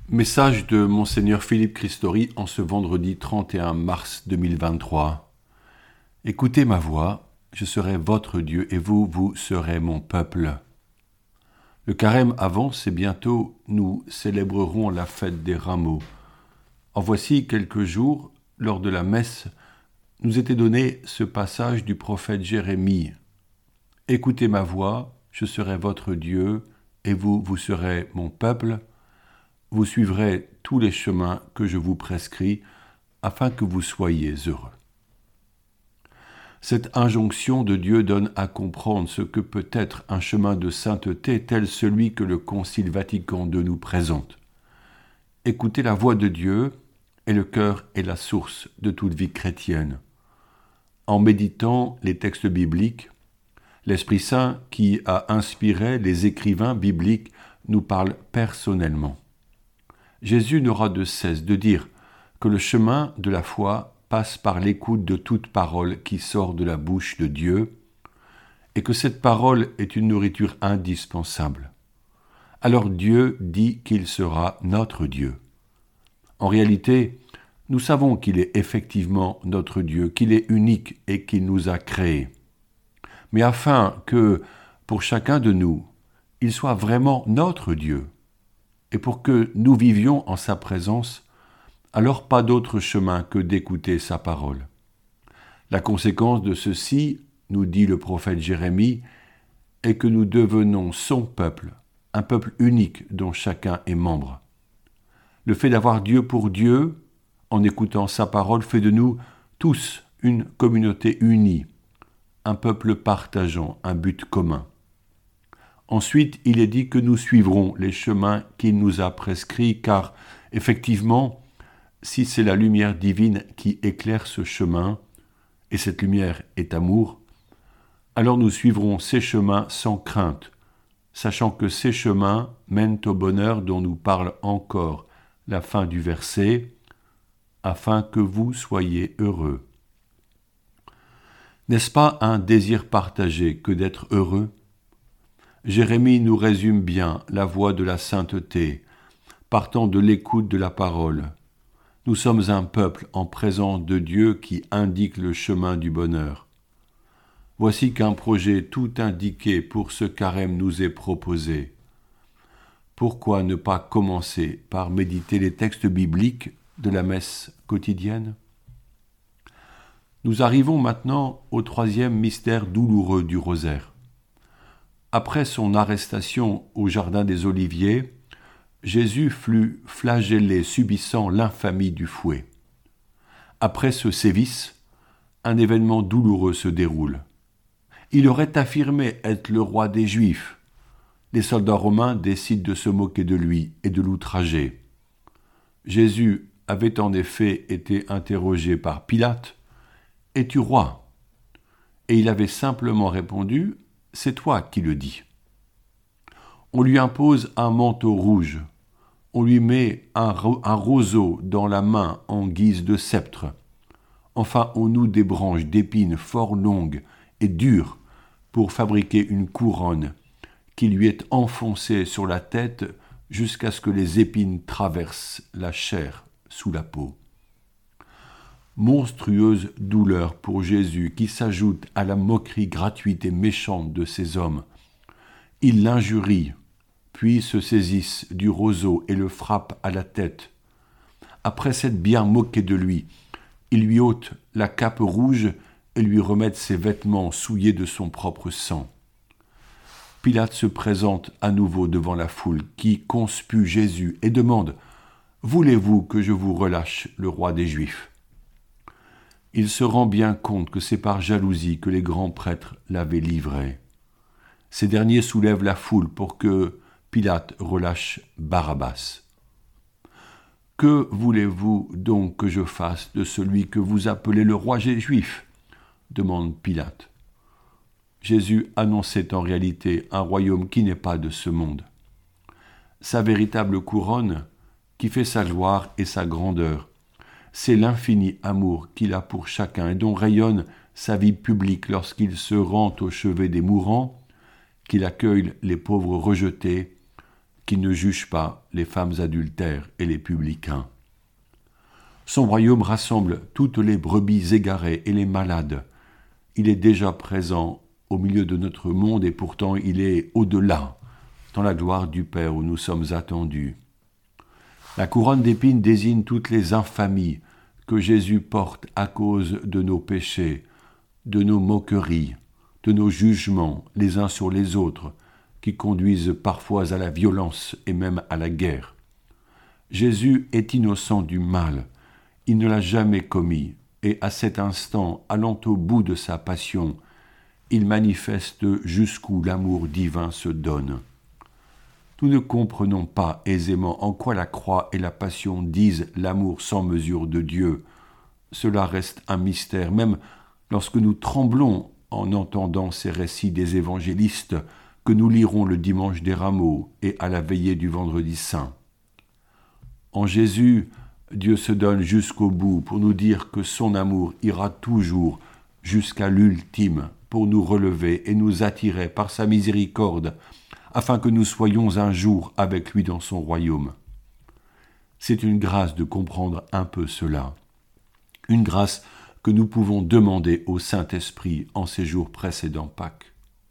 Message de Monseigneur Philippe Christori en ce vendredi 31 mars 2023. Écoutez ma voix, je serai votre Dieu et vous, vous serez mon peuple. Le carême avance et bientôt nous célébrerons la fête des rameaux. En voici quelques jours, lors de la messe, nous était donné ce passage du prophète Jérémie. Écoutez ma voix, je serai votre Dieu et vous, vous serez mon peuple. Vous suivrez tous les chemins que je vous prescris, afin que vous soyez heureux. Cette injonction de Dieu donne à comprendre ce que peut être un chemin de sainteté tel celui que le Concile Vatican II nous présente. Écouter la voix de Dieu et le cœur est la source de toute vie chrétienne. En méditant les textes bibliques, l'Esprit Saint qui a inspiré les écrivains bibliques nous parle personnellement. Jésus n'aura de cesse de dire que le chemin de la foi passe par l'écoute de toute parole qui sort de la bouche de Dieu et que cette parole est une nourriture indispensable. Alors Dieu dit qu'il sera notre Dieu. En réalité, nous savons qu'il est effectivement notre Dieu, qu'il est unique et qu'il nous a créés. Mais afin que, pour chacun de nous, il soit vraiment notre Dieu, et pour que nous vivions en sa présence, alors pas d'autre chemin que d'écouter sa parole. La conséquence de ceci, nous dit le prophète Jérémie, est que nous devenons son peuple, un peuple unique dont chacun est membre. Le fait d'avoir Dieu pour Dieu, en écoutant sa parole, fait de nous tous une communauté unie, un peuple partageant un but commun. Ensuite, il est dit que nous suivrons les chemins qu'il nous a prescrits, car, effectivement, si c'est la lumière divine qui éclaire ce chemin, et cette lumière est amour, alors nous suivrons ces chemins sans crainte, sachant que ces chemins mènent au bonheur dont nous parle encore la fin du verset, afin que vous soyez heureux. N'est-ce pas un désir partagé que d'être heureux ? Jérémie nous résume bien la voie de la sainteté, partant de l'écoute de la parole. Nous sommes un peuple en présence de Dieu qui indique le chemin du bonheur. Voici qu'un projet tout indiqué pour ce carême nous est proposé. Pourquoi ne pas commencer par méditer les textes bibliques de la messe quotidienne ? Nous arrivons maintenant au troisième mystère douloureux du rosaire. Après son arrestation au jardin des Oliviers, Jésus fut flagellé, subissant l'infamie du fouet. Après ce sévice, un événement douloureux se déroule. Il aurait affirmé être le roi des Juifs. Les soldats romains décident de se moquer de lui et de l'outrager. Jésus avait en effet été interrogé par Pilate « Es-tu roi ?» Et il avait simplement répondu « C'est toi qui le dis. » On lui impose un manteau rouge. On lui met un roseau dans la main en guise de sceptre. Enfin, on noue des branches d'épines fort longues et dures pour fabriquer une couronne qui lui est enfoncée sur la tête jusqu'à ce que les épines traversent la chair sous la peau. Monstrueuse douleur pour Jésus qui s'ajoute à la moquerie gratuite et méchante de ces hommes. Ils l'injurient, puis se saisissent du roseau et le frappent à la tête. Après s'être bien moqué de lui, ils lui ôtent la cape rouge et lui remettent ses vêtements souillés de son propre sang. Pilate se présente à nouveau devant la foule qui conspue Jésus et demande « Voulez-vous que je vous relâche le roi des Juifs ?» Il se rend bien compte que c'est par jalousie que les grands prêtres l'avaient livré. Ces derniers soulèvent la foule pour que Pilate relâche Barabbas. « Que voulez-vous donc que je fasse de celui que vous appelez le roi des Juifs ?» demande Pilate. Jésus annonçait en réalité un royaume qui n'est pas de ce monde. Sa véritable couronne, qui fait sa gloire et sa grandeur, c'est l'infini amour qu'il a pour chacun et dont rayonne sa vie publique lorsqu'il se rend au chevet des mourants, qu'il accueille les pauvres rejetés, qui ne juge pas les femmes adultères et les publicains. Son royaume rassemble toutes les brebis égarées et les malades. Il est déjà présent au milieu de notre monde et pourtant il est au-delà, dans la gloire du Père où nous sommes attendus. La couronne d'épines désigne toutes les infamies que Jésus porte à cause de nos péchés, de nos moqueries, de nos jugements les uns sur les autres, qui conduisent parfois à la violence et même à la guerre. Jésus est innocent du mal, il ne l'a jamais commis, et à cet instant, allant au bout de sa passion, il manifeste jusqu'où l'amour divin se donne. Nous ne comprenons pas aisément en quoi la croix et la passion disent l'amour sans mesure de Dieu. Cela reste un mystère, même lorsque nous tremblons en entendant ces récits des évangélistes que nous lirons le dimanche des Rameaux et à la veillée du Vendredi Saint. En Jésus, Dieu se donne jusqu'au bout pour nous dire que son amour ira toujours jusqu'à l'ultime pour nous relever et nous attirer par sa miséricorde afin que nous soyons un jour avec lui dans son royaume. C'est une grâce de comprendre un peu cela, une grâce que nous pouvons demander au Saint-Esprit en ces jours précédant Pâques.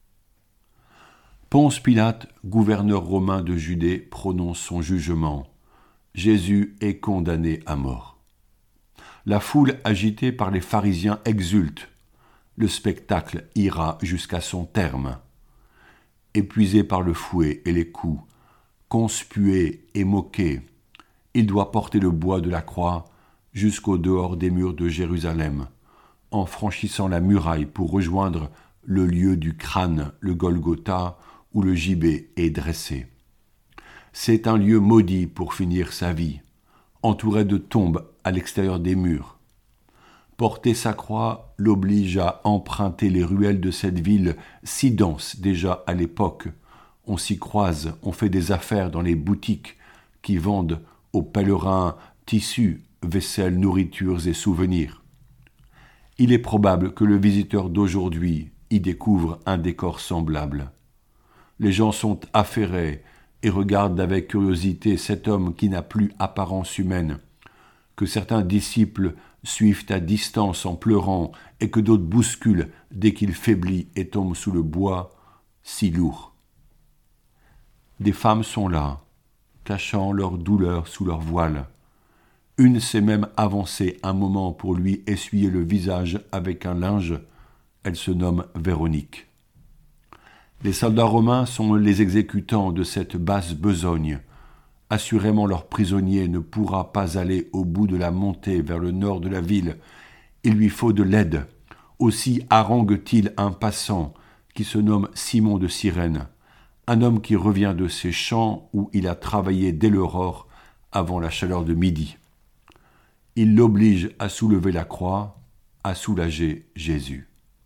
Ponce Pilate, gouverneur romain de Judée, prononce son jugement. Jésus est condamné à mort. La foule agitée par les pharisiens exulte. Le spectacle ira jusqu'à son terme. Épuisé par le fouet et les coups, conspué et moqué, il doit porter le bois de la croix jusqu'au dehors des murs de Jérusalem, en franchissant la muraille pour rejoindre le lieu du crâne, le Golgotha, où le gibet est dressé. C'est un lieu maudit pour finir sa vie, entouré de tombes à l'extérieur des murs. Porter sa croix l'oblige à emprunter les ruelles de cette ville si dense déjà à l'époque. On s'y croise, on fait des affaires dans les boutiques qui vendent aux pèlerins tissus, vaisselle, nourritures et souvenirs. Il est probable que le visiteur d'aujourd'hui y découvre un décor semblable. Les gens sont affairés et regardent avec curiosité cet homme qui n'a plus apparence humaine, que certains disciples suivent à distance en pleurant et que d'autres bousculent dès qu'il faiblit et tombe sous le bois si lourd. Des femmes sont là, cachant leur douleur sous leur voile. Une s'est même avancée un moment pour lui essuyer le visage avec un linge. Elle se nomme Véronique. Les soldats romains sont les exécutants de cette basse besogne. Assurément leur prisonnier ne pourra pas aller au bout de la montée vers le nord de la ville. Il lui faut de l'aide. Aussi harangue-t-il un passant qui se nomme Simon de Cyrène, un homme qui revient de ses champs où il a travaillé dès l'aurore avant la chaleur de midi. Il l'oblige à soulever la croix, à soulager Jésus.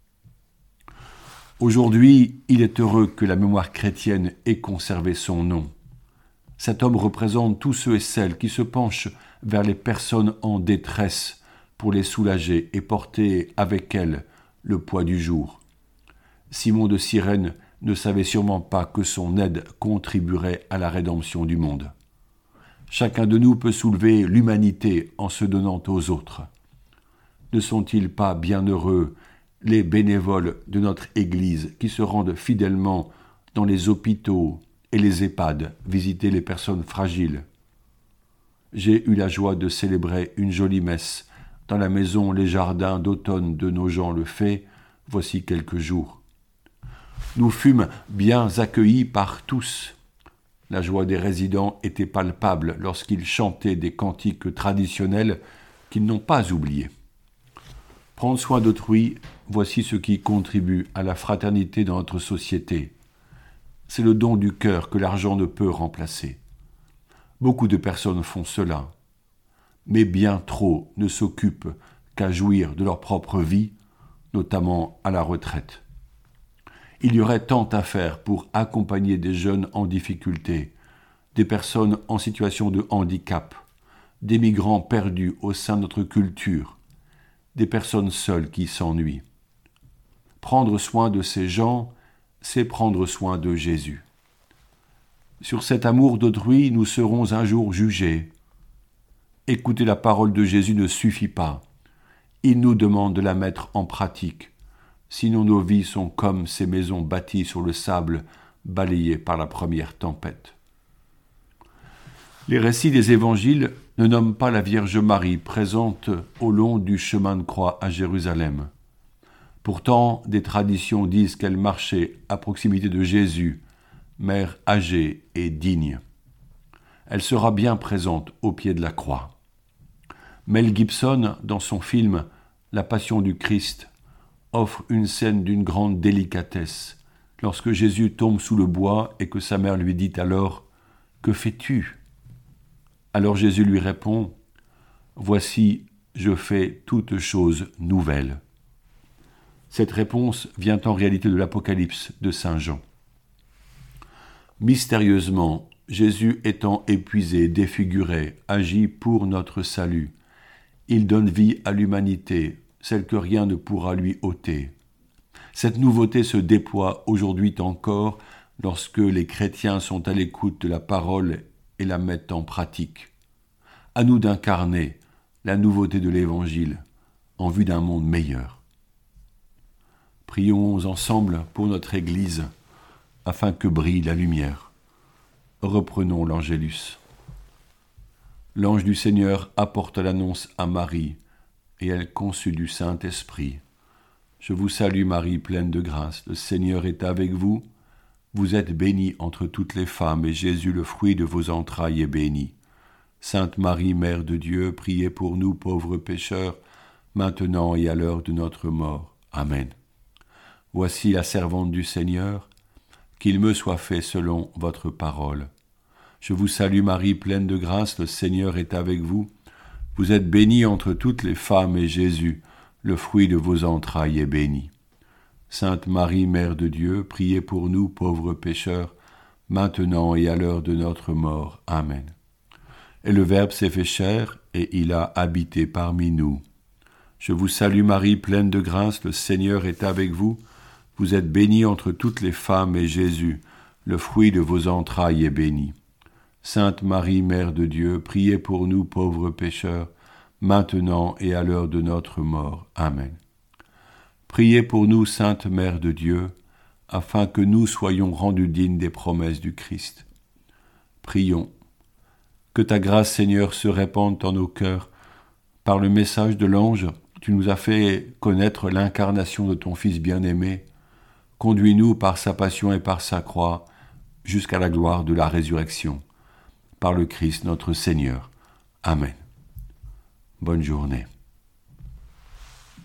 Aujourd'hui, il est heureux que la mémoire chrétienne ait conservé son nom. Cet homme représente tous ceux et celles qui se penchent vers les personnes en détresse pour les soulager et porter avec elles le poids du jour. Simon de Cyrène ne savait sûrement pas que son aide contribuerait à la rédemption du monde. Chacun de nous peut soulever l'humanité en se donnant aux autres. Ne sont-ils pas bienheureux les bénévoles de notre Église qui se rendent fidèlement dans les hôpitaux et les EHPAD visiter les personnes fragiles? J'ai eu la joie de célébrer une jolie messe dans la maison Les Jardins d'automne de Nogent-le-Fait, voici quelques jours. Nous fûmes bien accueillis par tous. La joie des résidents était palpable lorsqu'ils chantaient des cantiques traditionnels qu'ils n'ont pas oubliés. Prendre soin d'autrui, voici ce qui contribue à la fraternité dans notre société. C'est le don du cœur que l'argent ne peut remplacer. Beaucoup de personnes font cela, mais bien trop ne s'occupent qu'à jouir de leur propre vie, notamment à la retraite. Il y aurait tant à faire pour accompagner des jeunes en difficulté, des personnes en situation de handicap, des migrants perdus au sein de notre culture, des personnes seules qui s'ennuient. Prendre soin de ces gens, c'est prendre soin de Jésus. Sur cet amour d'autrui, nous serons un jour jugés. Écouter la parole de Jésus ne suffit pas. Il nous demande de la mettre en pratique. Sinon nos vies sont comme ces maisons bâties sur le sable, balayées par la première tempête. Les récits des évangiles ne nomment pas la Vierge Marie présente au long du chemin de croix à Jérusalem. Pourtant, des traditions disent qu'elle marchait à proximité de Jésus, mère âgée et digne. Elle sera bien présente au pied de la croix. Mel Gibson, dans son film La Passion du Christ, offre une scène d'une grande délicatesse, lorsque Jésus tombe sous le bois et que sa mère lui dit alors « Que fais-tu » Alors Jésus lui répond « Voici, je fais toutes choses nouvelles ». Cette réponse vient en réalité de l'Apocalypse de Saint Jean. Mystérieusement, Jésus étant épuisé, défiguré, agit pour notre salut. Il donne vie à l'humanité, celle que rien ne pourra lui ôter. Cette nouveauté se déploie aujourd'hui encore lorsque les chrétiens sont à l'écoute de la parole et la mettent en pratique. À nous d'incarner la nouveauté de l'Évangile en vue d'un monde meilleur. Prions ensemble pour notre Église afin que brille la lumière. Reprenons l'Angélus. L'ange du Seigneur apporte l'annonce à Marie, et elle conçut du Saint-Esprit. Je vous salue Marie, pleine de grâce, le Seigneur est avec vous. Vous êtes bénie entre toutes les femmes, et Jésus, le fruit de vos entrailles, est béni. Sainte Marie, Mère de Dieu, priez pour nous pauvres pécheurs, maintenant et à l'heure de notre mort. Amen. Voici la servante du Seigneur, qu'il me soit fait selon votre parole. Je vous salue Marie, pleine de grâce, le Seigneur est avec vous. Vous êtes bénie entre toutes les femmes, et Jésus, le fruit de vos entrailles, est béni. Sainte Marie, Mère de Dieu, priez pour nous pauvres pécheurs, maintenant et à l'heure de notre mort. Amen. Et le Verbe s'est fait chair, et il a habité parmi nous. Je vous salue Marie, pleine de grâce, le Seigneur est avec vous. Vous êtes bénie entre toutes les femmes, et Jésus, le fruit de vos entrailles, est béni. Sainte Marie, Mère de Dieu, priez pour nous pauvres pécheurs, maintenant et à l'heure de notre mort. Amen. Priez pour nous, Sainte Mère de Dieu, afin que nous soyons rendus dignes des promesses du Christ. Prions. Que ta grâce, Seigneur, se répande en nos cœurs. Par le message de l'ange, tu nous as fait connaître l'incarnation de ton Fils bien-aimé. Conduis-nous par sa passion et par sa croix jusqu'à la gloire de la résurrection. Par le Christ notre Seigneur. Amen. Bonne journée.